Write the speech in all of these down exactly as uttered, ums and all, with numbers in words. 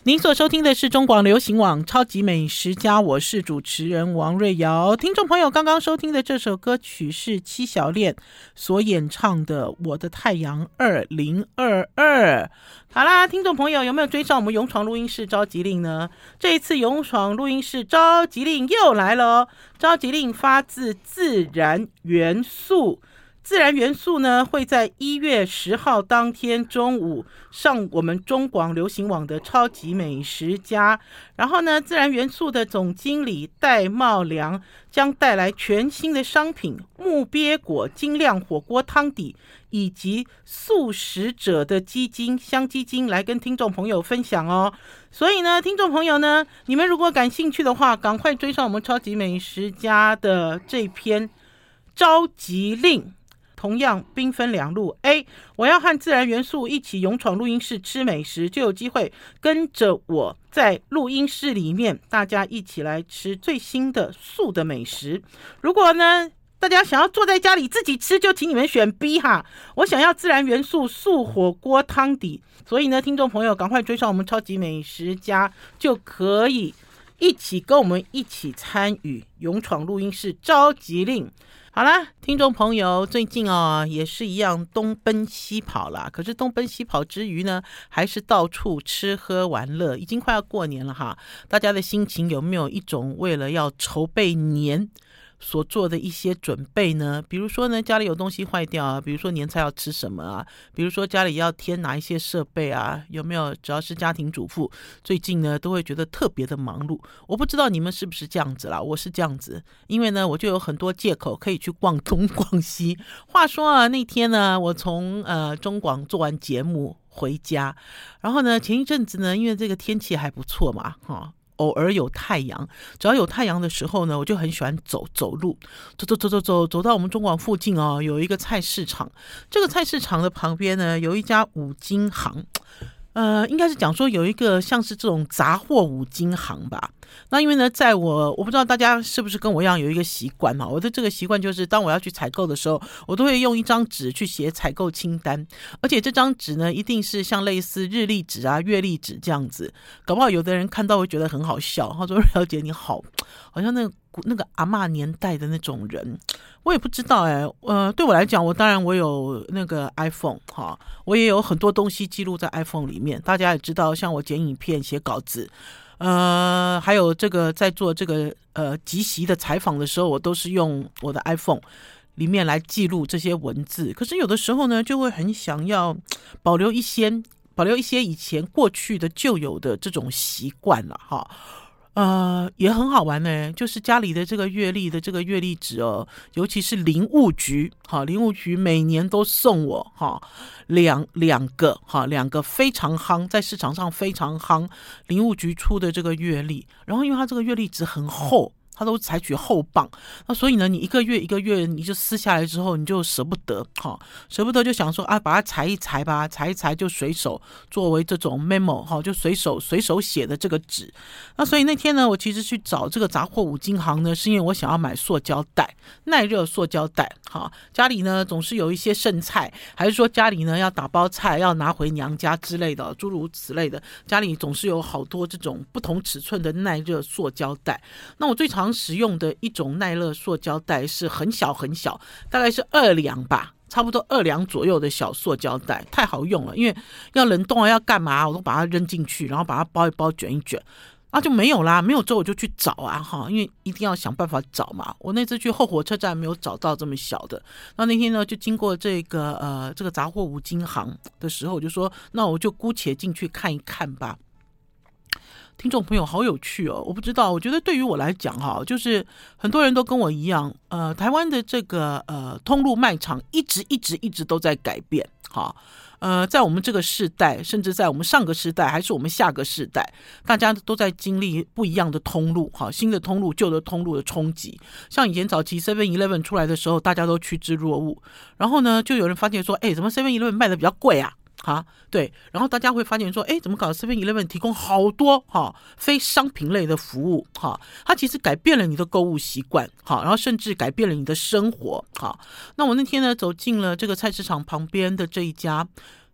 您所收听的是中广流行网超级美食家，我是主持人王瑞瑶。听众朋友刚刚收听的这首歌曲是戚小恋所演唱的《我的太阳二零二二》。好啦，听众朋友有没有追上我们勇闯录音室召集令呢？这一次勇闯录音室召集令又来了哦。召集令发自自然元素，自然元素呢会在一月十号当天中午上我们中广流行网的超级美食家，然后呢，自然元素的总经理戴茂良将带来全新的商品木鳖果精酿火锅汤底以及素食者的鸡精香鸡精来跟听众朋友分享哦。所以呢，听众朋友呢，你们如果感兴趣的话，赶快追上我们超级美食家的这篇召集令。同样兵分两路 A， 我要和自然元素一起勇闯录音室吃美食，就有机会跟着我在录音室里面大家一起来吃最新的素的美食。如果呢大家想要坐在家里自己吃，就请你们选 B 哈，我想要自然元素素火锅汤底。所以呢，听众朋友赶快追上我们超级美食家，就可以一起跟我们一起参与勇闯录音室召集令。好啦，听众朋友，最近啊、哦、也是一样东奔西跑啦。可是东奔西跑之余呢，还是到处吃喝玩乐。已经快要过年了哈，大家的心情有没有一种为了要筹备年所做的一些准备呢？比如说呢，家里有东西坏掉啊，比如说年菜要吃什么啊，比如说家里要添哪一些设备啊，有没有？只要是家庭主妇，最近呢都会觉得特别的忙碌。我不知道你们是不是这样子啦，我是这样子，因为呢我就有很多借口可以去逛东逛西。话说啊，那天呢我从呃中广做完节目回家，然后呢前一阵子呢，因为这个天气还不错嘛，哈。偶尔有太阳，只要有太阳的时候呢，我就很喜欢走走路，走走走走走走到我们中广附近哦，有一个菜市场。这个菜市场的旁边呢，有一家五金行，呃，应该是讲说有一个像是这种杂货五金行吧。那因为呢，在我我不知道大家是不是跟我一样有一个习惯嘛，我的这个习惯就是当我要去采购的时候，我都会用一张纸去写采购清单，而且这张纸呢一定是像类似日历纸啊月历纸这样子，搞不好有的人看到会觉得很好笑，他说了解你好好像那个那个阿嬷年代的那种人。我也不知道哎，呃，对我来讲，我当然我有那个 iPhone 哈，我也有很多东西记录在 iPhone 里面。大家也知道，像我剪影片、写稿子，呃，还有这个在做这个呃即席的采访的时候，我都是用我的 iPhone 里面来记录这些文字。可是有的时候呢，就会很想要保留一些保留一些以前过去的旧有的这种习惯了哈。呃，也很好玩呢，就是家里的这个月历的这个月历纸哦，尤其是林务局，哈，林务局每年都送我哈两两个哈两个非常夯，在市场上非常夯，林务局出的这个月历，然后因为它这个月历纸很厚。它都采取厚磅，那所以呢，你一个月一个月你就撕下来之后，你就舍不得，哈，舍不得就想说啊，把它裁一裁吧，裁一裁就随手作为这种 memo， 哈，就随手随手写的这个纸。那所以那天呢，我其实去找这个杂货五金行呢，是因为我想要买塑胶袋，耐热塑胶袋，哈，家里呢总是有一些剩菜，还是说家里呢要打包菜要拿回娘家之类的，诸如此类的，家里总是有好多这种不同尺寸的耐热塑胶袋。那我最常使用的一种耐热塑胶袋是很小很小，大概是二两吧，差不多二两左右的小塑胶袋，太好用了，因为要冷冻啊要干嘛我都把它扔进去，然后把它包一包卷一卷，啊就没有啦，没有之后我就去找啊哈，因为一定要想办法找嘛。我那次去后火车站没有找到这么小的，那那天呢就经过这个呃这个杂货五金行的时候，我就说那我就姑且进去看一看吧。听众朋友好有趣哦，我不知道，我觉得对于我来讲哈，就是很多人都跟我一样，呃，台湾的这个呃通路卖场一直一直一直都在改变哈。呃，在我们这个世代，甚至在我们上个世代，还是我们下个世代，大家都在经历不一样的通路，哈，新的通路、旧的通路的冲击。像以前早期 seven eleven 出来的时候，大家都趋之若鹜，然后呢，就有人发现说，哎，怎么 seven eleven 卖的比较贵啊？啊，对，然后大家会发现说，哎，怎么搞 seven eleven 提供好多哈非商品类的服务哈，它其实改变了你的购物习惯哈，然后甚至改变了你的生活哈。那我那天呢走进了这个菜市场旁边的这一家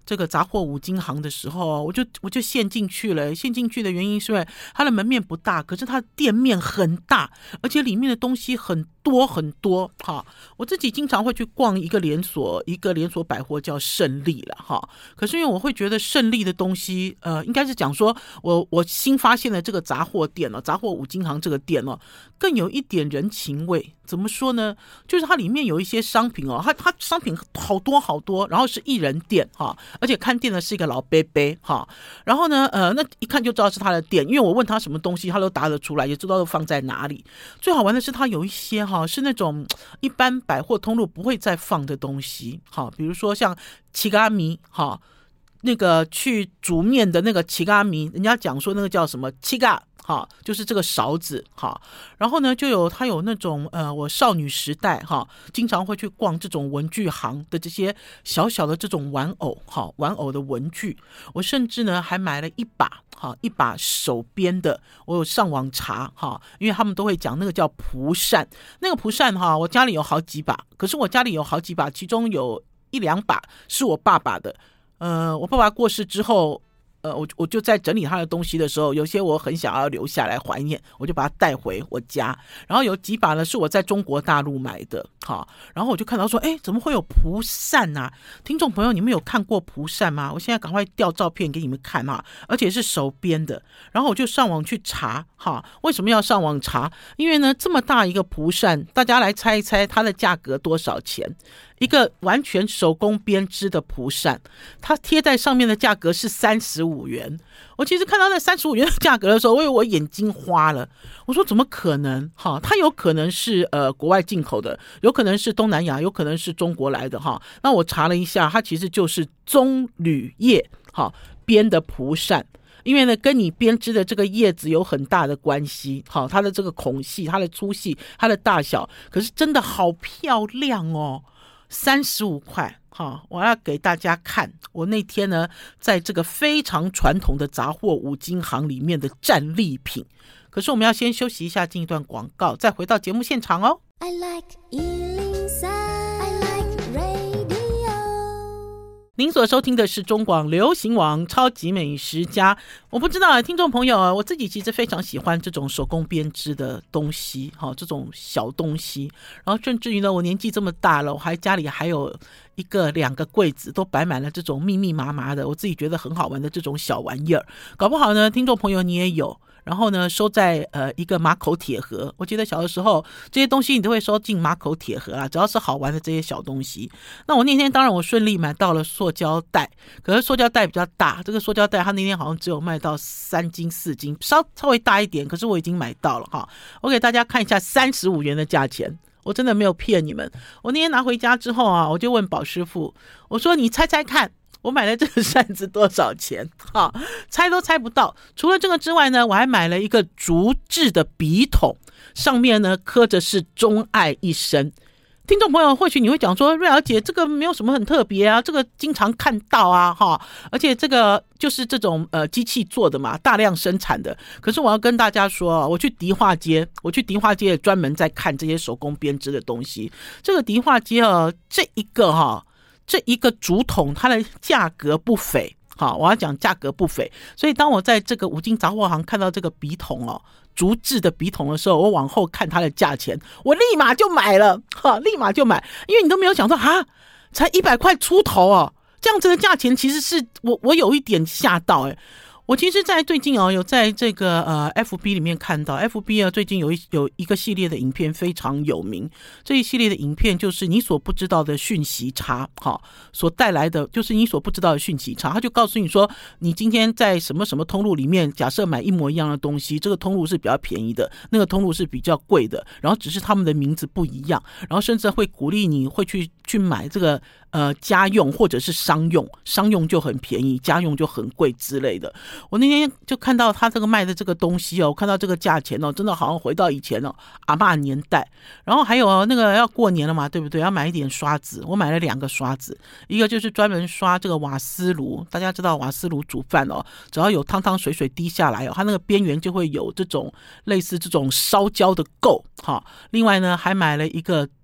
这个杂货五金行的时候，我就我就陷进去了。陷进去的原因是因为它的门面不大，可是它的店面很大，而且里面的东西很多很多哈。我自己经常会去逛一个连锁一个连锁百货叫胜利了哈。可是因为我会觉得胜利的东西，呃，应该是讲说我我新发现的这个杂货店哦，杂货五金行这个店哦，更有一点人情味。怎么说呢？就是它里面有一些商品哦，它它商品好多好多，然后是一人店哈。而且看店的是一个老伯伯哈，然后呢，呃，那一看就知道是他的店，因为我问他什么东西，他都答得出来，也知道都放在哪里。最好玩的是，他有一些哈是那种一般百货通路不会再放的东西，哈，比如说像奇咖米哈，那个去煮面的那个奇咖米，人家讲说那个叫什么奇咖。哈，就是这个勺子哈，然后呢，就有他有那种呃，我少女时代哈，经常会去逛这种文具行的这些小小的这种玩偶哈，玩偶的文具，我甚至呢还买了一把哈，一把手编的，我有上网查哈，因为他们都会讲那个叫蒲扇，那个蒲扇哈，我家里有好几把，可是我家里有好几把，其中有一两把是我爸爸的，呃，我爸爸过世之后。呃，我我就在整理他的东西的时候，有些我很想要留下来怀念，我就把它带回我家。然后有几把呢是我在中国大陆买的，好，然后我就看到说，哎，怎么会有蒲扇啊？听众朋友，你们有看过蒲扇吗？我现在赶快调照片给你们看啊，而且是手编的。然后我就上网去查，哈，为什么要上网查？因为呢，这么大一个蒲扇，大家来猜一猜它的价格多少钱？一个完全手工编织的蒲扇，它贴在上面的价格是三十五元。我其实看到那三十五元的价格的时候，我以为我眼睛花了。我说怎么可能？哈，它有可能是呃国外进口的，有可能是东南亚，有可能是中国来的哈。那我查了一下，它其实就是棕榈叶哈编的蒲扇。因为呢，跟你编织的这个叶子有很大的关系，好，它的这个孔隙、它的粗细、它的大小，可是真的好漂亮哦。三十五块，好，我要给大家看我那天呢在这个非常传统的杂货五金行里面的战利品。可是我们要先休息一下，进一段广告，再回到节目现场哦。I like 一零三 I like radio。 您所收听的是中广流行网超级美食家。我不知道听众朋友，我自己其实非常喜欢这种手工编织的东西，这种小东西。然后甚至于呢，我年纪这么大了，我还家里还有一个两个柜子都摆满了这种密密麻麻的我自己觉得很好玩的这种小玩意儿。搞不好呢，听众朋友你也有，然后呢收在呃一个马口铁盒。我记得小的时候这些东西你都会收进马口铁盒啦，只要是好玩的这些小东西。那我那天当然我顺利买到了塑胶袋，可是塑胶袋比较大，这个塑胶袋它那天好像只有卖到三斤四斤，稍稍微大一点，可是我已经买到了哈。我给大家看一下三十五元的价钱，我真的没有骗你们。我那天拿回家之后啊，我就问宝师傅，我说你猜猜看我买了这个扇子多少钱？哈，猜都猜不到。除了这个之外呢，我还买了一个竹制的笔筒，上面呢刻着是钟爱一生。听众朋友或许你会讲说，瑞瑶姐这个没有什么很特别啊，这个经常看到啊哈，而且这个就是这种呃机器做的嘛，大量生产的。可是我要跟大家说，我去迪化街，我去迪化街也专门在看这些手工编织的东西。这个迪化街啊，这一个哈，这一个竹筒它的价格不菲。好，我要讲价格不菲，所以当我在这个五金杂货行看到这个笔筒哦，竹制的笔筒的时候，我往后看它的价钱，我立马就买了，哈，立马就买，因为你都没有想到哈，才一百块出头哦，这样子的价钱，其实是我我有一点吓到哎。我其实在最近哦，有在这个呃 F B 里面看到 F B 啊，最近有一有一个系列的影片非常有名。这一系列的影片就是你所不知道的讯息差，好，所带来的就是你所不知道的讯息差。他就告诉你说，你今天在什么什么通路里面，假设买一模一样的东西，这个通路是比较便宜的，那个通路是比较贵的，然后只是他们的名字不一样，然后甚至会鼓励你会去去买这个呃家用或者是商用，商用就很便宜，家用就很贵之类的。我那天就看到他这个卖的这个东西哦，我看到这个价钱哦，真的好像回到以前哦阿嬷年代。然后还有哦，那个要过年了嘛，对不对？要买一点刷子，我买了两个刷子，一个就是专门刷这个瓦斯炉，大家知道瓦斯炉煮饭哦，只要有汤汤水水滴下来哦，它那个边缘就会有这种类似这种烧焦的垢哈。另外呢，还买了一个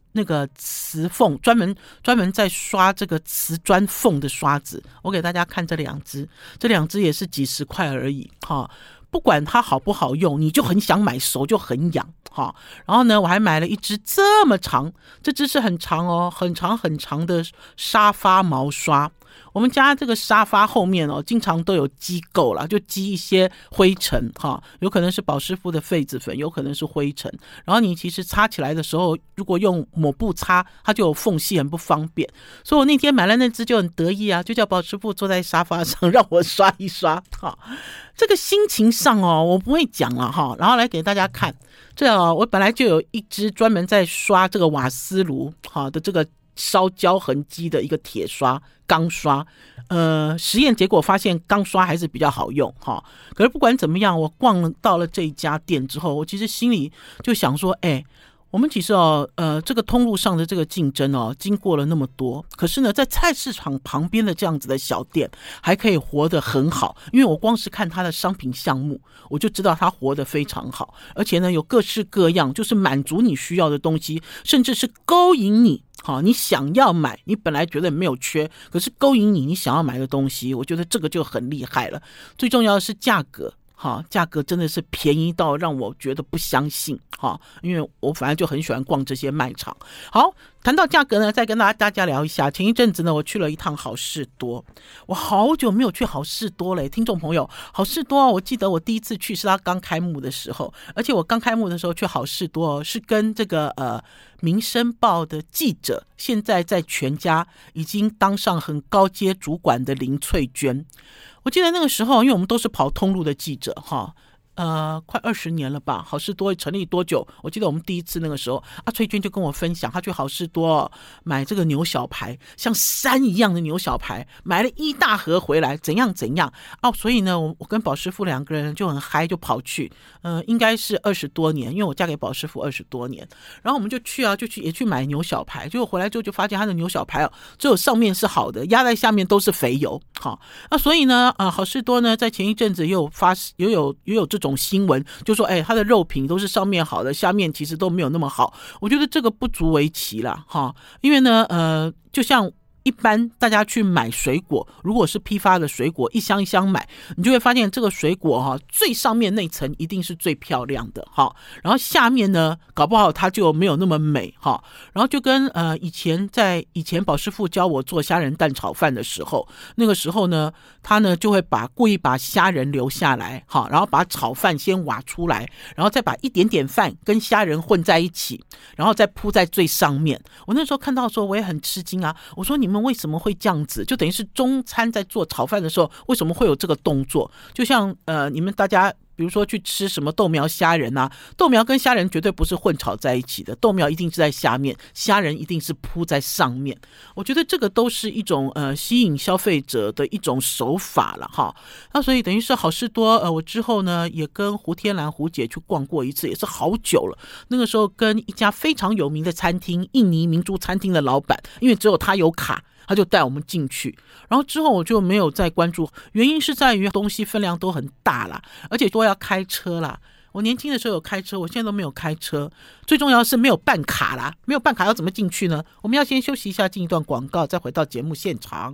那个瓷缝，专门专门在刷这个瓷砖缝的刷子。我给大家看这两只，这两只也是几十块而已哈。不管它好不好用，你就很想买，手就很痒哈。然后呢，我还买了一只这么长，这只是很长哦，很长很长的沙发毛刷。我们家这个沙发后面哦，经常都有积垢啦，就积一些灰尘哈，有可能是保湿敷的痱子粉，有可能是灰尘。然后你其实擦起来的时候，如果用抹布擦，它就有缝隙，很不方便。所以我那天买了那只就很得意啊，就叫保湿敷坐在沙发上让我刷一刷哈。这个心情上哦，我不会讲了哈，然后来给大家看。这哦，我本来就有一只专门在刷这个瓦斯炉哈的这个烧焦痕迹的一个铁刷钢刷，呃，实验结果发现钢刷还是比较好用哈。可是不管怎么样，我逛到了这一家店之后，我其实心里就想说，哎，我们其实哦，呃，这个通路上的这个竞争哦，经过了那么多，可是呢，在菜市场旁边的这样子的小店还可以活得很好，因为我光是看它的商品项目，我就知道它活得非常好，而且呢，有各式各样，就是满足你需要的东西，甚至是勾引你。好，你想要买，你本来觉得没有缺，可是勾引你，你想要买的东西，我觉得这个就很厉害了。最重要的是价格。哈，价格真的是便宜到让我觉得不相信哈，因为我反正就很喜欢逛这些卖场。好，谈到价格呢，再跟大家大家聊一下。前一阵子呢，我去了一趟好事多，我好久没有去好事多了，听众朋友，好事多，我记得我第一次去是它刚开幕的时候，而且我刚开幕的时候去好事多是跟这个呃民生报的记者，现在在全家已经当上很高阶主管的林翠娟。我记得那个时候，因为我们都是跑通路的记者哈，呃，快二十年了吧。好事多成立多久？我记得我们第一次那个时候，阿翠娟就跟我分享，她去好事多买这个牛小排，像山一样的牛小排，买了一大盒回来，怎样怎样哦。所以呢，我我跟宝师傅两个人就很嗨，就跑去，呃，应该是二十多年，因为我嫁给宝师傅二十多年，然后我们就去啊，就去也去买牛小排，结果回来之后就发现他的牛小排哦，只有上面是好的，压在下面都是肥油。好，那所以呢，呃，好事多呢，在前一阵子也有发，也有也有这种新闻，就说，哎，它的肉品都是上面好的，下面其实都没有那么好。我觉得这个不足为奇啦，哈，因为呢，呃，就像一般大家去买水果，如果是批发的水果，一箱一箱买，你就会发现这个水果哈，最上面那层一定是最漂亮的哈，然后下面呢，搞不好它就没有那么美哈。然后就跟呃以前在以前宝师傅教我做虾仁蛋炒饭的时候，那个时候呢，他呢就会把故意把虾仁留下来哈，然后把炒饭先挖出来，然后再把一点点饭跟虾仁混在一起，然后再铺在最上面。我那时候看到的时候，我也很吃惊啊，我说你们为什么会这样子？就等于是中餐在做炒饭的时候，为什么会有这个动作？就像呃，你们大家比如说去吃什么豆苗虾仁啊，豆苗跟虾仁绝对不是混炒在一起的，豆苗一定是在下面，虾仁一定是铺在上面。我觉得这个都是一种呃吸引消费者的一种手法了哈。那所以等于是好事多，呃，我之后呢也跟胡天兰胡姐去逛过一次，也是好久了。那个时候跟一家非常有名的餐厅，印尼明珠餐厅的老板，因为只有他有卡，他就带我们进去，然后之后我就没有再关注，原因是在于东西分量都很大啦，而且都要开车啦。我年轻的时候有开车，我现在都没有开车。最重要的是没有办卡啦，没有办卡要怎么进去呢？我们要先休息一下，进一段广告，再回到节目现场。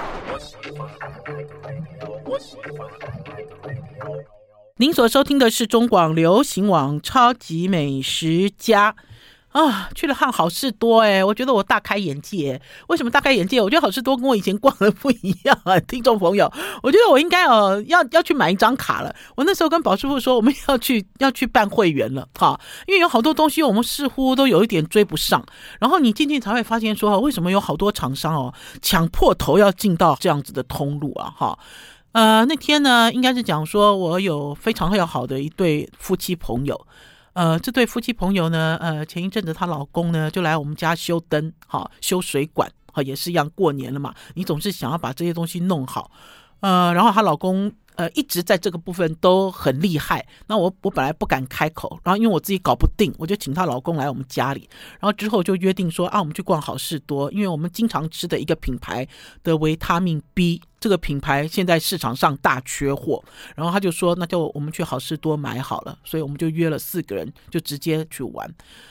您所收听的是中广流行网超级美食家。啊，去了趟好事多哎、欸，我觉得我大开眼界、欸。为什么大开眼界？我觉得好事多跟我以前逛的不一样啊，听众朋友，我觉得我应该哦要要去买一张卡了。我那时候跟宝师傅说，我们要去要去办会员了哈，因为有好多东西我们似乎都有一点追不上。然后你进去才会发现说，为什么有好多厂商哦抢破头要进到这样子的通路啊哈。呃，那天呢，应该是讲说我有非常要好的一对夫妻朋友。呃，这对夫妻朋友呢，呃，前一阵子她老公呢就来我们家修灯，好修水管，好也是一样，过年了嘛，你总是想要把这些东西弄好，呃，然后她老公呃一直在这个部分都很厉害，那我我本来不敢开口，然后因为我自己搞不定，我就请她老公来我们家里，然后之后就约定说啊，我们去逛好事多，因为我们经常吃的一个品牌的维他命 B。这个品牌现在市场上大缺货，然后他就说那就我们去好事多买好了，所以我们就约了四个人就直接去玩。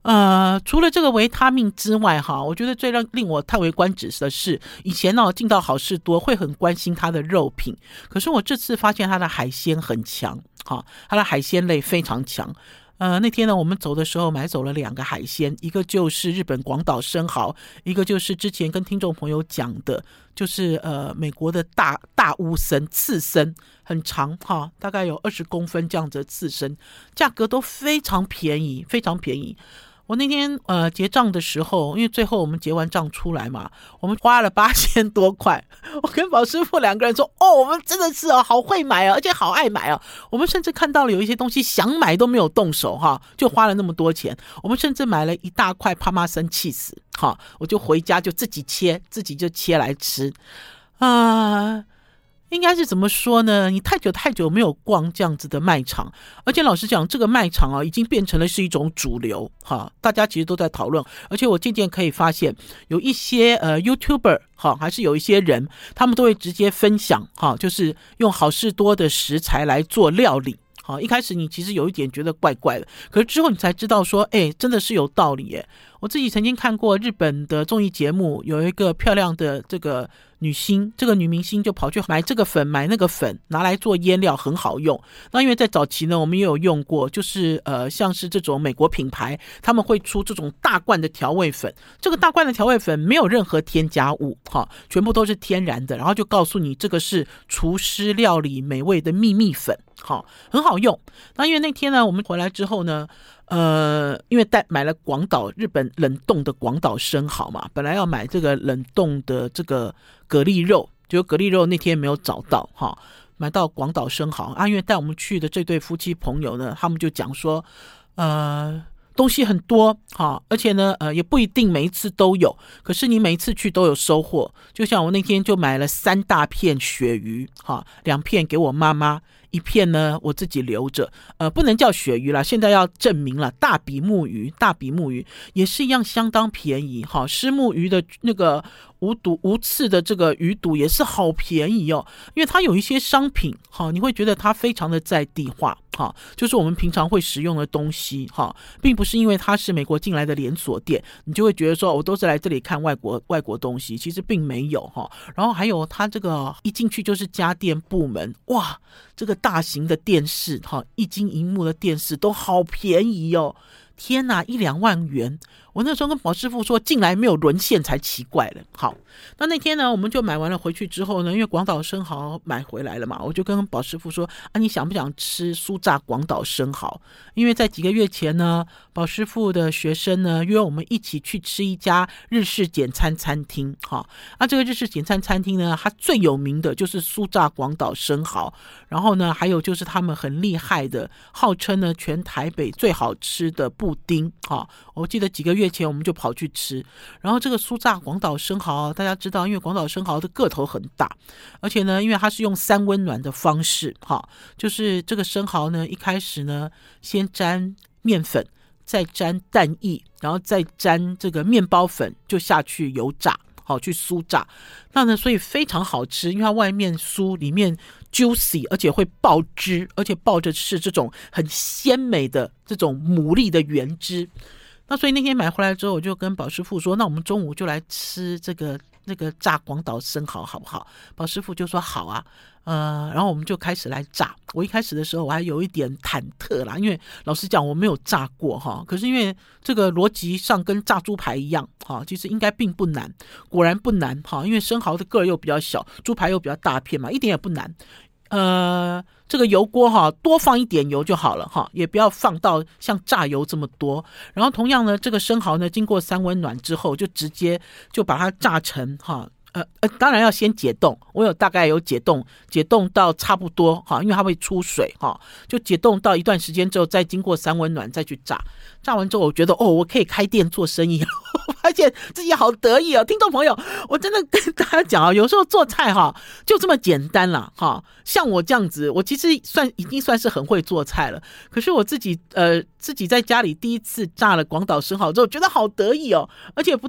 呃，除了这个维他命之外哈，我觉得最让令我叹为观止的是，以前呢进到好事多会很关心它的肉品，可是我这次发现它的海鲜很强，哈，它的海鲜类非常强。呃，那天呢，我们走的时候买走了两个海鲜，一个就是日本广岛生蚝，一个就是之前跟听众朋友讲的，就是呃美国的大大乌参刺参，很长哈，大概有二十公分这样子的刺参，价格都非常便宜，非常便宜。我那天呃结账的时候，因为最后我们结完账出来嘛，我们花了八千多块。我跟宝师傅两个人说，哦，我们真的是哦，好会买啊，而且好爱买啊。我们甚至看到了有一些东西想买都没有动手哈，就花了那么多钱。我们甚至买了一大块帕玛森起司，哈，我就回家就自己切，自己就切来吃啊。呃应该是怎么说呢？你太久太久没有逛这样子的卖场，而且老实讲，这个卖场啊，已经变成了是一种主流哈，大家其实都在讨论。而且我渐渐可以发现，有一些呃 YouTuber 哈，还是有一些人，他们都会直接分享哈，就是用好事多的食材来做料理。好，一开始你其实有一点觉得怪怪的，可是之后你才知道说，哎，真的是有道理耶。我自己曾经看过日本的综艺节目，有一个漂亮的这个女星，这个女明星就跑去买这个粉买那个粉，拿来做腌料，很好用。那因为在早期呢，我们也有用过，就是呃，像是这种美国品牌，他们会出这种大罐的调味粉，这个大罐的调味粉没有任何添加物，哈，全部都是天然的，然后就告诉你这个是厨师料理美味的秘密粉，好，很好用。那因为那天呢，我们回来之后呢，呃，因为带买了广岛日本冷冻的广岛生蚝嘛，本来要买这个冷冻的这个蛤蜊肉，结果蛤蜊肉那天没有找到哈，买到广岛生蚝啊。因为带我们去的这对夫妻朋友呢，他们就讲说，呃。东西很多哈，而且呢，呃，也不一定每一次都有，可是你每一次去都有收获。就像我那天就买了三大片鳕鱼哈，两片给我妈妈，一片呢我自己留着，呃，不能叫鳕鱼啦，现在要证明了，大比目鱼，大比目鱼也是一样相当便宜哈，虱目鱼的那个无毒无刺的这个鱼肚也是好便宜哦，因为它有一些商品哈，你会觉得它非常的在地化哈，就是我们平常会食用的东西哈，并不是因为它是美国进来的连锁店，你就会觉得说我都是来这里看外国外国东西，其实并没有哈。然后还有它这个一进去就是家电部门，哇，这个大型的电视哈，一晶萤幕的电视都好便宜哦。天哪，一两万元！我那时候跟宝师傅说，进来没有沦陷才奇怪了。好，那那天呢，我们就买完了回去之后呢，因为广岛生蚝买回来了嘛，我就跟宝师傅说啊，你想不想吃酥炸广岛生蚝？因为在几个月前呢，宝师傅的学生呢约我们一起去吃一家日式简餐餐厅。哈，啊，这个日式简餐餐厅呢，它最有名的就是酥炸广岛生蚝，然后呢，还有就是他们很厉害的，号称呢全台北最好吃的布丁。哈，我记得几个月前我们就跑去吃，然后这个酥炸广岛生蚝，大家知道，因为广岛生蚝的个头很大，而且呢，因为它是用三温暖的方式，哈，就是这个生蚝呢，一开始呢，先沾面粉，再沾蛋液，然后再沾这个面包粉，就下去油炸。好，去酥炸，那呢，所以非常好吃，因为它外面酥，里面 juicy， 而且会爆汁，而且爆着是这种很鲜美的这种牡蛎的原汁。那所以那天买回来之后，我就跟宝师傅说，那我们中午就来吃这个那个炸广岛生蚝好不好？宝师傅就说好啊，呃，然后我们就开始来炸。我一开始的时候我还有一点忐忑啦，因为老实讲我没有炸过哈，可是因为这个逻辑上跟炸猪排一样哈，其实应该并不难，果然不难哈，因为生蚝的个儿又比较小，猪排又比较大片嘛，一点也不难。呃，这个油锅哈，多放一点油就好了哈，也不要放到像炸油这么多。然后同样呢，这个生蚝呢，经过三温暖之后，就直接就把它炸成哈。呃呃，当然要先解冻，我有大概有解冻，解冻到差不多哈，因为它会出水哈，就解冻到一段时间之后，再经过三温暖再去炸。炸完之后，我觉得哦，我可以开店做生意了，我发现自己好得意哦。听众朋友，我真的跟大家讲啊，有时候做菜哈就这么简单啦哈。像我这样子，我其实算已经算是很会做菜了，可是我自己呃自己在家里第一次炸了广岛生蚝之后，觉得好得意哦，而且不但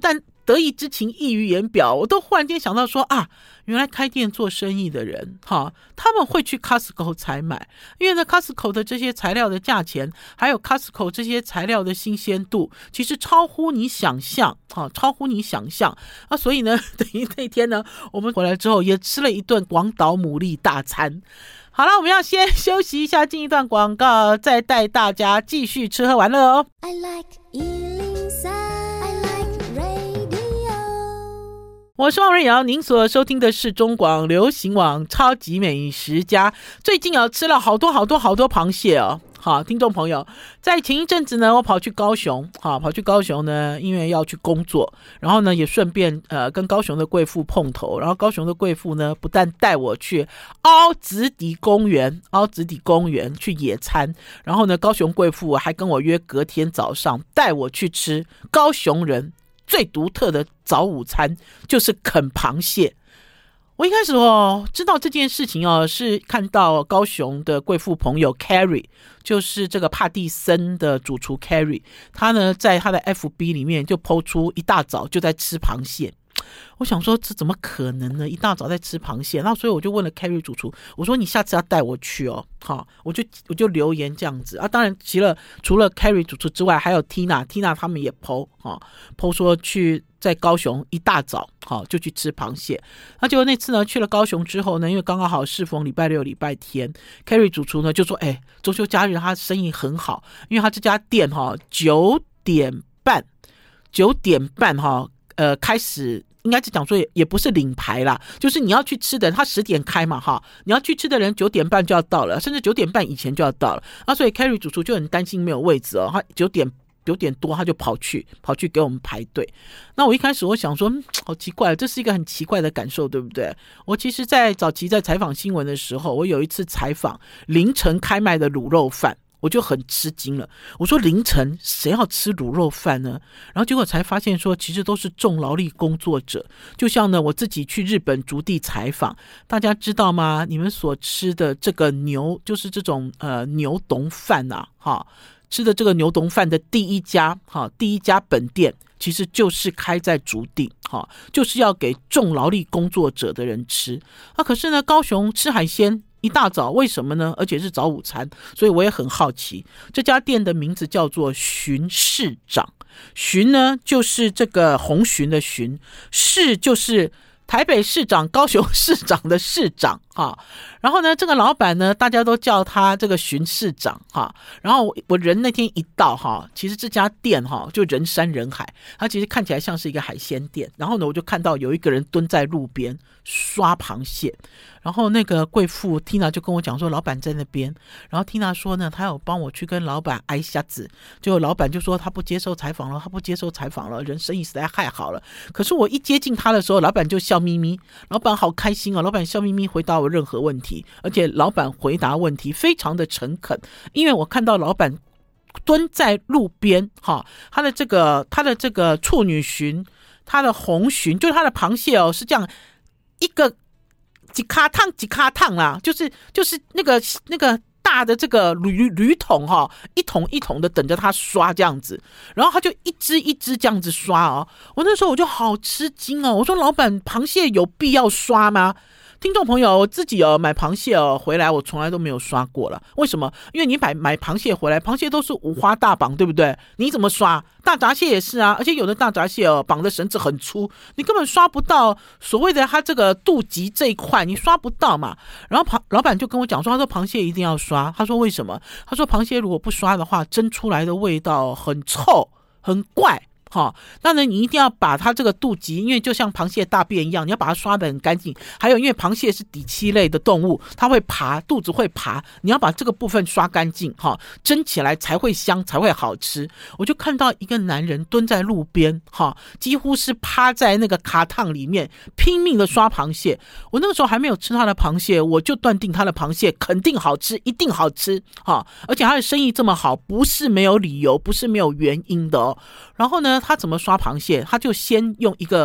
得意之情溢于言表，我都忽然间想到说啊，原来开店做生意的人哈，他们会去 Costco 采买，因为呢 Costco 的这些材料的价钱，还有 Costco 这些材料的新鲜度，其实超乎你想象哈，超乎你想象啊！所以呢，等于那天呢，我们回来之后也吃了一顿广岛牡蛎大餐。好了，我们要先休息一下，进一段广告，再带大家继续吃喝玩乐哦。I like 一零三 I like radio。 我是王瑞瑶，您所收听的是中广流行网超级美食家。最近啊，吃了好多好多好多螃蟹哦。好，听众朋友，在前一阵子呢，我跑去高雄，好，跑去高雄呢，因为要去工作，然后呢，也顺便呃跟高雄的贵妇碰头，然后高雄的贵妇呢，不但带我去凹子底公园，凹子底公园去野餐，然后呢，高雄贵妇还跟我约隔天早上带我去吃高雄人最独特的早午餐，就是啃螃蟹。我一开始哦知道这件事情哦，是看到高雄的贵妇朋友 Carrie， 就是这个帕蒂森的主厨 Carrie， 他呢在他的 F B 里面就 po 出一大早就在吃螃蟹。我想说这怎么可能呢？一大早在吃螃蟹，那所以我就问了 Carrie 主厨，我说你下次要带我去哦，好，我就我就留言这样子啊。当然，除了除了 Carrie 主厨之外，还有 Tina Tina 他们也 po 啊 po 说去在高雄一大早好就去吃螃蟹。那结果那次呢去了高雄之后呢，因为刚刚好适逢礼拜六礼拜天 ，Carrie 主厨呢就说，哎，中秋假日他生意很好，因为他这家店哈九点半九点半哈呃开始。应该是讲说 也, 也不是领牌啦，就是你要去吃的人，他十点开嘛哈，你要去吃的人九点半就要到了，甚至九点半以前就要到了啊，所以 Carrie 主厨就很担心没有位置哦，他九点九点多他就跑去跑去给我们排队。那我一开始我想说、嗯、好奇怪，这是一个很奇怪的感受，对不对？我其实在早期在采访新闻的时候，我有一次采访凌晨开卖的卤肉饭，我就很吃惊了，我说凌晨谁要吃卤肉饭呢？然后结果才发现说其实都是重劳力工作者。就像呢我自己去日本竹地采访，大家知道吗？你们所吃的这个牛就是这种呃牛丼饭啊，哈，吃的这个牛丼饭的第一家哈第一家本店其实就是开在竹地，哈，就是要给重劳力工作者的人吃。啊，可是呢高雄吃海鲜一大早，为什么呢？而且是早午餐，所以我也很好奇。这家店的名字叫做巡市长，巡呢就是这个红巡的巡，市就是台北市长高雄市长的市长哈。然后呢这个老板呢大家都叫他这个巡市长哈。然后我人那天一到哈，其实这家店哈就人山人海，它其实看起来像是一个海鲜店。然后呢我就看到有一个人蹲在路边刷螃蟹，然后那个贵妇 Tina 就跟我讲说老板在那边，然后 Tina 说呢他有帮我去跟老板挨下子，结果老板就说他不接受采访了，他不接受采访了，人生意实在害好了。可是我一接近他的时候，老板就笑眯眯，老板好开心哦，老板笑眯眯回答我任何问题，而且老板回答问题非常的诚恳，因为我看到老板蹲在路边哈，他的这个他的这个处女鲟，他的红鲟，就是他的螃蟹哦，是这样一个几卡烫几卡烫啦，就是就是那个那个大的这个铝铝桶哈，一桶一桶的等着他刷这样子，然后他就一只一只这样子刷哦。我那时候我就好吃惊哦，我说老板，螃蟹有必要刷吗？听众朋友，我自己哦买螃蟹哦回来，我从来都没有刷过了。为什么？因为你买买螃蟹回来，螃蟹都是五花大绑，对不对？你怎么刷？大闸蟹也是啊，而且有的大闸蟹哦绑的绳子很粗，你根本刷不到所谓的它这个肚脐这一块，你刷不到嘛。然后老板就跟我讲说，他说螃蟹一定要刷，他说为什么？他说螃蟹如果不刷的话，蒸出来的味道很臭很怪。好，那呢你一定要把它这个肚脐，因为就像螃蟹大便一样，你要把它刷得很干净。还有因为螃蟹是底栖类的动物，它会爬，肚子会爬，你要把这个部分刷干净，哈，蒸起来才会香，才会好吃。我就看到一个男人蹲在路边，哈，几乎是趴在那个卡烫里面拼命的刷螃蟹。我那个时候还没有吃他的螃蟹，我就断定他的螃蟹肯定好吃，一定好吃，哈，而且他的生意这么好，不是没有理由，不是没有原因的哦。然后呢他怎么刷螃蟹？他就先用一个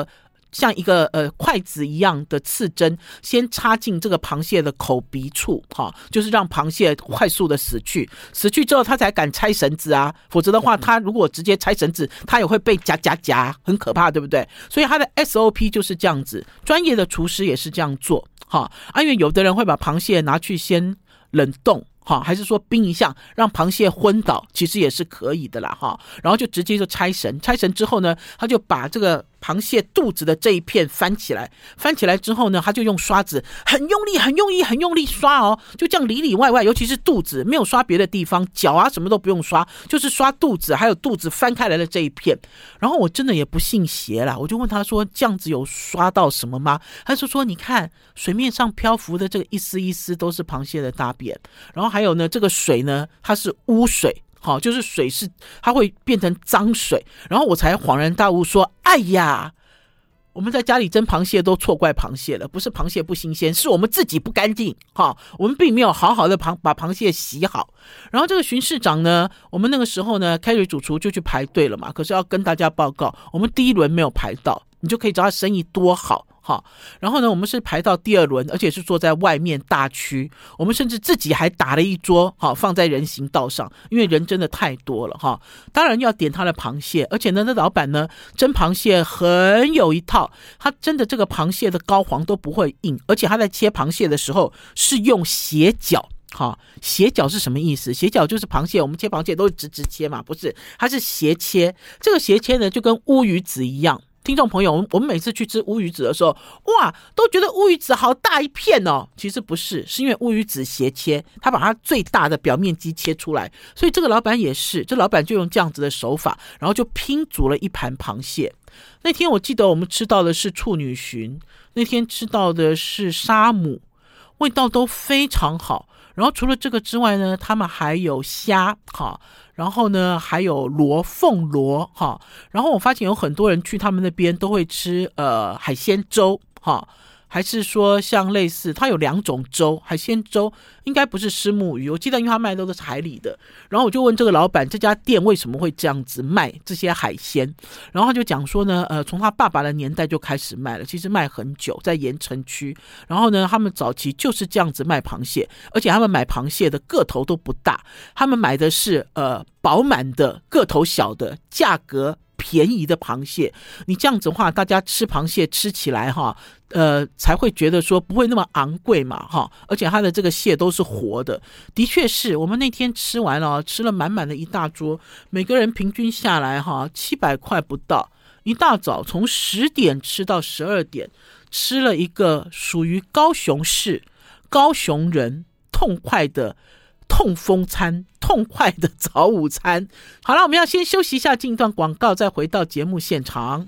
像一个呃筷子一样的刺针，先插进这个螃蟹的口鼻处，哈，就是让螃蟹快速的死去。死去之后，他才敢拆绳子啊，否则的话，他如果直接拆绳子，他也会被夹夹夹，很可怕，对不对？所以他的 S O P 就是这样子，专业的厨师也是这样做，哈，啊，因为有的人会把螃蟹拿去先冷冻。好，还是说冰一下让螃蟹昏倒，其实也是可以的啦哈。然后就直接就拆绳，拆绳之后呢，他就把这个螃蟹肚子的这一片翻起来，翻起来之后呢，他就用刷子很用力、很用力、很用力刷哦，就这样里里外外，尤其是肚子，没有刷别的地方，脚啊什么都不用刷，就是刷肚子，还有肚子翻开来的这一片。然后我真的也不信邪啦，我就问他说：“这样子有刷到什么吗？”他就说：“你看水面上漂浮的这个一丝一丝都是螃蟹的大便，然后还有呢，这个水呢，它是污水。”好，就是水是它会变成脏水，然后我才恍然大悟说，哎呀，我们在家里蒸螃蟹都错怪螃蟹了，不是螃蟹不新鲜，是我们自己不干净，哈，我们并没有好好的把螃蟹洗好。然后这个巡视长呢，我们那个时候呢，开水主厨就去排队了嘛，可是要跟大家报告，我们第一轮没有排到，你就可以知道他生意多好。好，然后呢，我们是排到第二轮，而且是坐在外面大区。我们甚至自己还打了一桌，好放在人行道上，因为人真的太多了哈。当然要点他的螃蟹，而且呢，那老板呢蒸螃蟹很有一套，他蒸的这个螃蟹的膏黄都不会硬，而且他在切螃蟹的时候是用斜角。好，斜角是什么意思？斜角就是螃蟹，我们切螃蟹都是直直切嘛，不是，它是斜切。这个斜切呢，就跟乌鱼子一样。听众朋友，我们每次去吃乌鱼子的时候，哇，都觉得乌鱼子好大一片哦。其实不是，是因为乌鱼子斜切，他把它最大的表面积切出来。所以这个老板也是，这老板就用这样子的手法，然后就拼煮了一盘螃蟹。那天我记得我们吃到的是处女鲟，那天吃到的是沙母，味道都非常好。然后除了这个之外呢，他们还有虾，哈，然后呢还有螺凤螺，哈，然后我发现有很多人去他们那边都会吃呃海鲜粥，哈，还是说像类似它有两种粥，海鲜粥应该不是虱目鱼，我记得因为他卖的都是海里的。然后我就问这个老板，这家店为什么会这样子卖这些海鲜，然后他就讲说呢，呃，从他爸爸的年代就开始卖了，其实卖很久，在盐城区。然后呢，他们早期就是这样子卖螃蟹，而且他们买螃蟹的个头都不大，他们买的是呃饱满的个头小的，价格便宜的螃蟹。你这样子的话，大家吃螃蟹吃起来哈，呃，才会觉得说不会那么昂贵嘛哈。而且它的这个蟹都是活的，的确是我们那天吃完了，吃了满满的一大桌，每个人平均下来哈七百块不到。一大早从十点吃到十二点，吃了一个属于高雄市高雄人痛快的痛风餐，痛快的早午餐。好了，我们要先休息一下，进一段广告，再回到节目现场。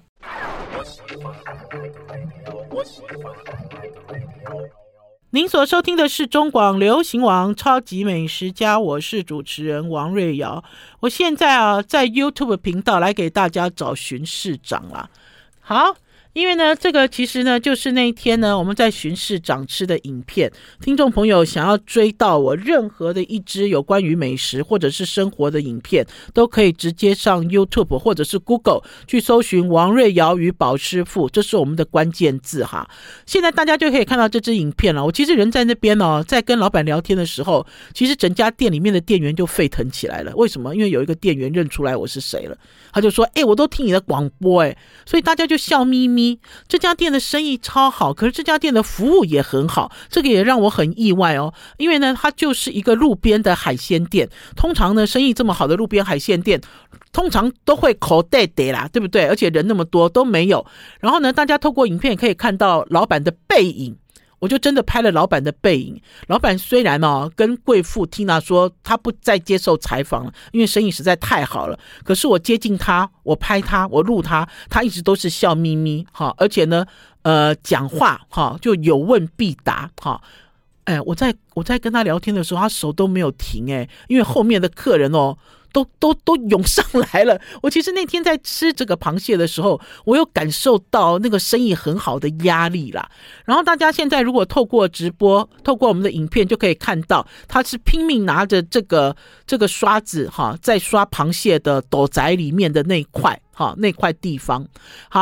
您所收听的是中广流行网超级美食家，我是主持人王瑞瑶。我现在啊在 YouTube 频道来给大家找巡视长啦。好，因为呢，这个其实呢，就是那一天呢，我们在巡视长吃的影片。听众朋友想要追到我任何的一支有关于美食或者是生活的影片，都可以直接上 YouTube 或者是 Google 去搜寻王瑞瑶与宝师傅，这是我们的关键字哈。现在大家就可以看到这支影片了。我其实人在那边哦，在跟老板聊天的时候，其实整家店里面的店员就沸腾起来了。为什么？因为有一个店员认出来我是谁了，他就说：“哎、欸，我都听你的广播哎。”所以大家就笑眯眯。这家店的生意超好，可是这家店的服务也很好，这个也让我很意外哦。因为呢，它就是一个路边的海鲜店，通常呢，生意这么好的路边海鲜店，通常都会口袋袋啦，对不对？而且人那么多都没有。然后呢，大家透过影片可以看到老板的背影。我就真的拍了老板的背影。老板虽然哦跟贵妇 Tina 说他不再接受采访了，因为生意实在太好了，可是我接近他，我拍他，我录他，他一直都是笑眯眯哈，而且呢呃讲话哈就有问必答哈。哎，我在我在跟他聊天的时候，他手都没有停哎，因为后面的客人哦都都都涌上来了。我其实那天在吃这个螃蟹的时候，我有感受到那个生意很好的压力啦。然后大家现在如果透过直播，透过我们的影片就可以看到，他是拼命拿着这个这个刷子哈，在刷螃蟹的斗仔里面的那块哈那块地方。好，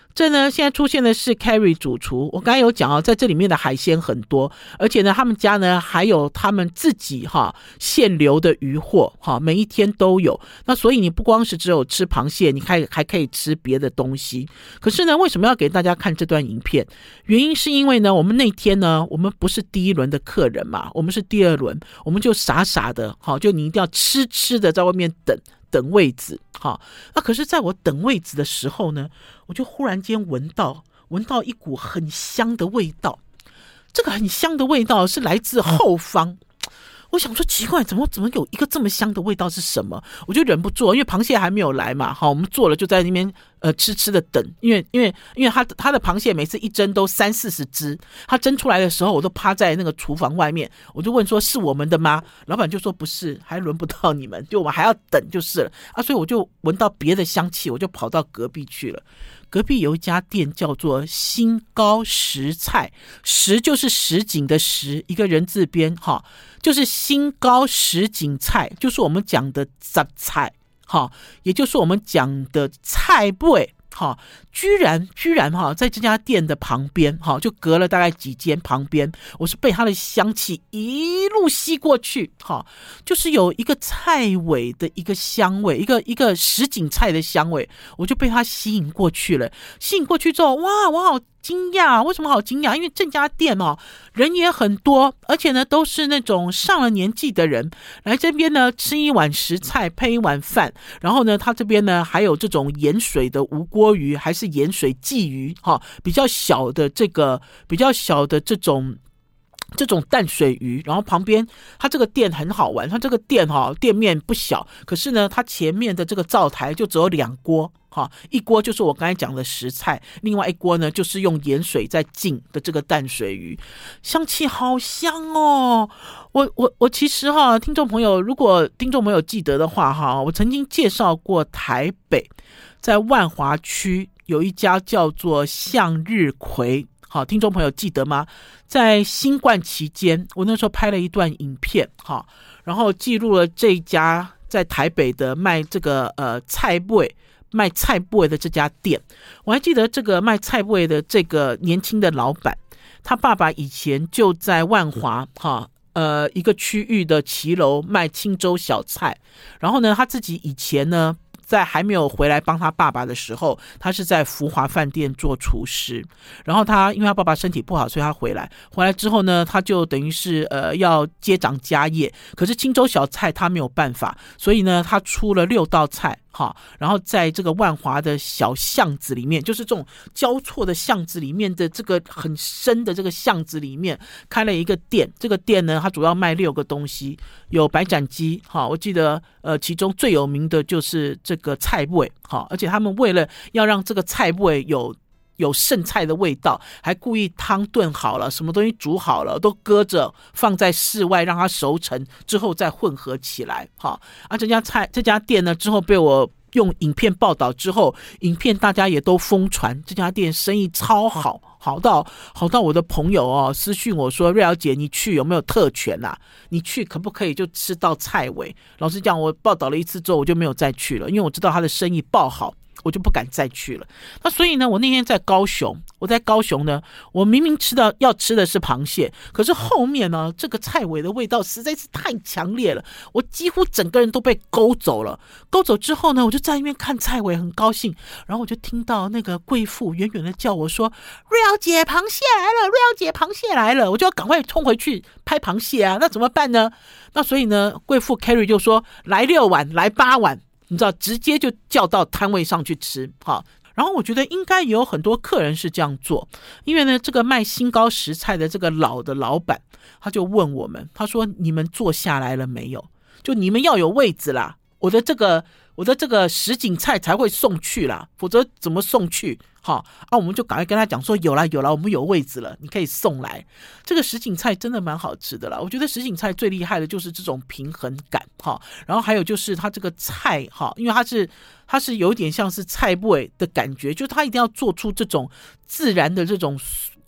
这呢，现在出现的是 Carrie 主厨。我刚才有讲哦，在这里面的海鲜很多，而且呢，他们家呢还有他们自己哈现流的鱼货哈，每一天都有。那所以你不光是只有吃螃蟹，你还还可以吃别的东西。可是呢，为什么要给大家看这段影片？原因是因为呢，我们那天呢，我们不是第一轮的客人嘛，我们是第二轮，我们就傻傻的哈，就你一定要吃吃的在外面等。等位子，好，那可是在我等位子的时候呢，我就忽然间闻到闻到一股很香的味道。这个很香的味道是来自后方。我想说奇怪，怎么怎么有一个这么香的味道是什么？我就忍不住，因为螃蟹还没有来嘛，好，我们做了就在那边呃吃吃的等，因为因为因为它它的螃蟹每次一蒸都三四十只，它蒸出来的时候我都趴在那个厨房外面，我就问说是我们的吗？老板就说不是，还轮不到你们，就我们还要等就是了啊，所以我就闻到别的香气，我就跑到隔壁去了。隔壁有一家店叫做新高食菜，食就是什锦的食，一个人字边哈，就是新高什锦菜，就是我们讲的杂菜哈，也就是我们讲的菜味哈，居然居然哈，在这家店的旁边哈，就隔了大概几间旁边，我是被它的香气一路吸过去哈，就是有一个菜尾的一个香味，一个一个什锦菜的香味，我就被它吸引过去了。吸引过去之后，哇，我好惊讶，为什么好惊讶？因为这家店哦，人也很多，而且呢，都是那种上了年纪的人来这边呢，吃一碗食菜配一碗饭，然后呢，他这边呢还有这种盐水的无锅鱼，还是盐水鲫鱼，哈、哦，比较小的这个，比较小的这种。这种淡水鱼，然后旁边它这个店很好玩，它这个店哈、哦、店面不小，可是呢它前面的这个灶台就只有两锅哈、哦，一锅就是我刚才讲的食菜，另外一锅呢就是用盐水在浸的这个淡水鱼，香气好香哦。我我我其实哈，听众朋友，如果听众朋友记得的话哈，我曾经介绍过台北在万华区有一家叫做向日葵。好，听众朋友记得吗？在新冠期间，我那时候拍了一段影片，哈，然后记录了这一家在台北的卖这个呃菜味卖菜味的这家店。我还记得这个卖菜味的这个年轻的老板，他爸爸以前就在万华哈呃一个区域的骑楼卖青州小菜，然后呢，他自己以前呢。在还没有回来帮他爸爸的时候，他是在福华饭店做厨师。然后他因为他爸爸身体不好，所以他回来。回来之后呢，他就等于是呃要接掌家业。可是青州小菜他没有办法，所以呢，他出了六道菜。好，然后在这个万华的小巷子里面，就是这种交错的巷子里面的这个很深的这个巷子里面，开了一个店。这个店呢，它主要卖六个东西，有白斩鸡，好，我记得呃，其中最有名的就是这个菜味，好，而且他们为了要让这个菜味有。有剩菜的味道，还故意汤炖好了，什么东西煮好了都搁着放在室外让它熟成之后再混合起来。好，啊，这家菜这家店呢之后被我用影片报道之后，影片大家也都疯传，这家店生意超好，好到好到我的朋友哦私讯我说，瑞瑶姐你去有没有特权啊？你去可不可以就吃到菜尾？老实讲，我报道了一次之后我就没有再去了，因为我知道他的生意爆好。我就不敢再去了。那所以呢，我那天在高雄，我在高雄呢，我明明吃到要吃的是螃蟹，可是后面呢，这个菜尾的味道实在是太强烈了，我几乎整个人都被勾走了。勾走之后呢，我就在那边看菜尾，很高兴。然后我就听到那个贵妇远远的叫我说：“瑞瑶姐，螃蟹来了！瑞瑶姐，螃蟹来了！”我就要赶快冲回去拍螃蟹啊！那怎么办呢？那所以呢，贵妇 Carrie 就说：“来六碗，来八碗。”你知道，直接就叫到摊位上去吃，好。然后我觉得应该也有很多客人是这样做，因为呢，这个卖新高食菜的这个老的老板，他就问我们，他说：“你们坐下来了没有？就你们要有位子啦，我的这个我的这个什锦菜才会送去啦，否则怎么送去？”好啊，我们就赶快跟他讲说，有啦有啦，我们有位子了，你可以送来。这个什锦菜真的蛮好吃的啦，我觉得什锦菜最厉害的就是这种平衡感哈，然后还有就是它这个菜哈，因为它是它是有点像是菜味的感觉，就是它一定要做出这种自然的这种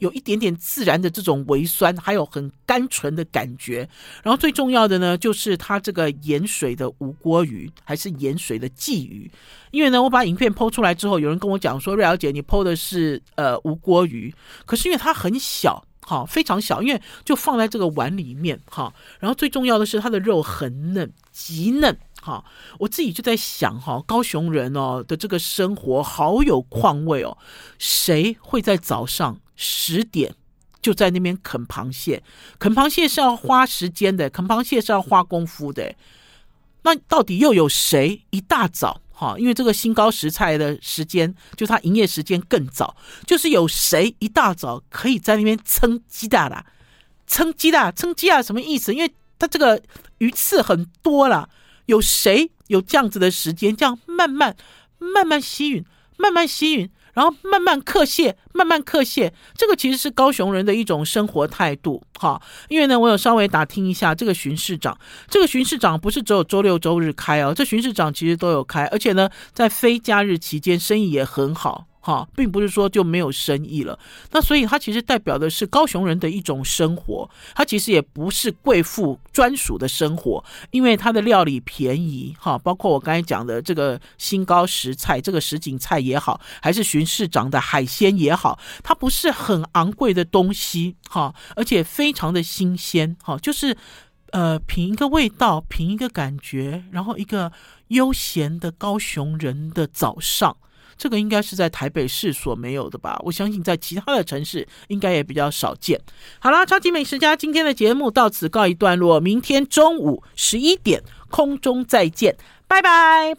有一点点自然的这种微酸，还有很甘醇的感觉。然后最重要的呢，就是它这个盐水的无锅鱼还是盐水的鲫鱼。因为呢，我把影片 po 出来之后，有人跟我讲说，瑞瑶姐你 po 的是呃无锅鱼，可是因为它很小，好，非常小，因为就放在这个碗里面，哈。然后最重要的是它的肉很嫩，极嫩，哈。我自己就在想，哈，高雄人哦的这个生活好有况味哦，谁会在早上十点就在那边啃螃蟹？啃螃蟹是要花时间的，啃螃蟹是要花功夫的。那到底又有谁一大早？因为这个新高食菜的时间，就它营业时间更早，就是有谁一大早可以在那边称鸡蛋啦？称鸡蛋，称鸡蛋什么意思？因为它这个鱼刺很多啦，有谁有这样子的时间，这样慢慢慢慢吸吮，慢慢吸吮，然后慢慢克蟹，慢慢克蟹，这个其实是高雄人的一种生活态度。哈，因为呢，我有稍微打听一下这个巡市长，这个巡市长不是只有周六周日开哦，这巡市长其实都有开，而且呢，在非假日期间生意也很好。哈，并不是说就没有生意了。那所以它其实代表的是高雄人的一种生活，它其实也不是贵妇专属的生活，因为它的料理便宜，哈，包括我刚才讲的这个新高食菜，这个什锦菜也好，还是巡市长的海鲜也好，它不是很昂贵的东西，哈，而且非常的新鲜，哈，就是呃，品一个味道，品一个感觉，然后一个悠闲的高雄人的早上。这个应该是在台北市所没有的吧，我相信在其他的城市应该也比较少见。好啦，超级美食家今天的节目到此告一段落，明天中午十一点空中再见，拜拜。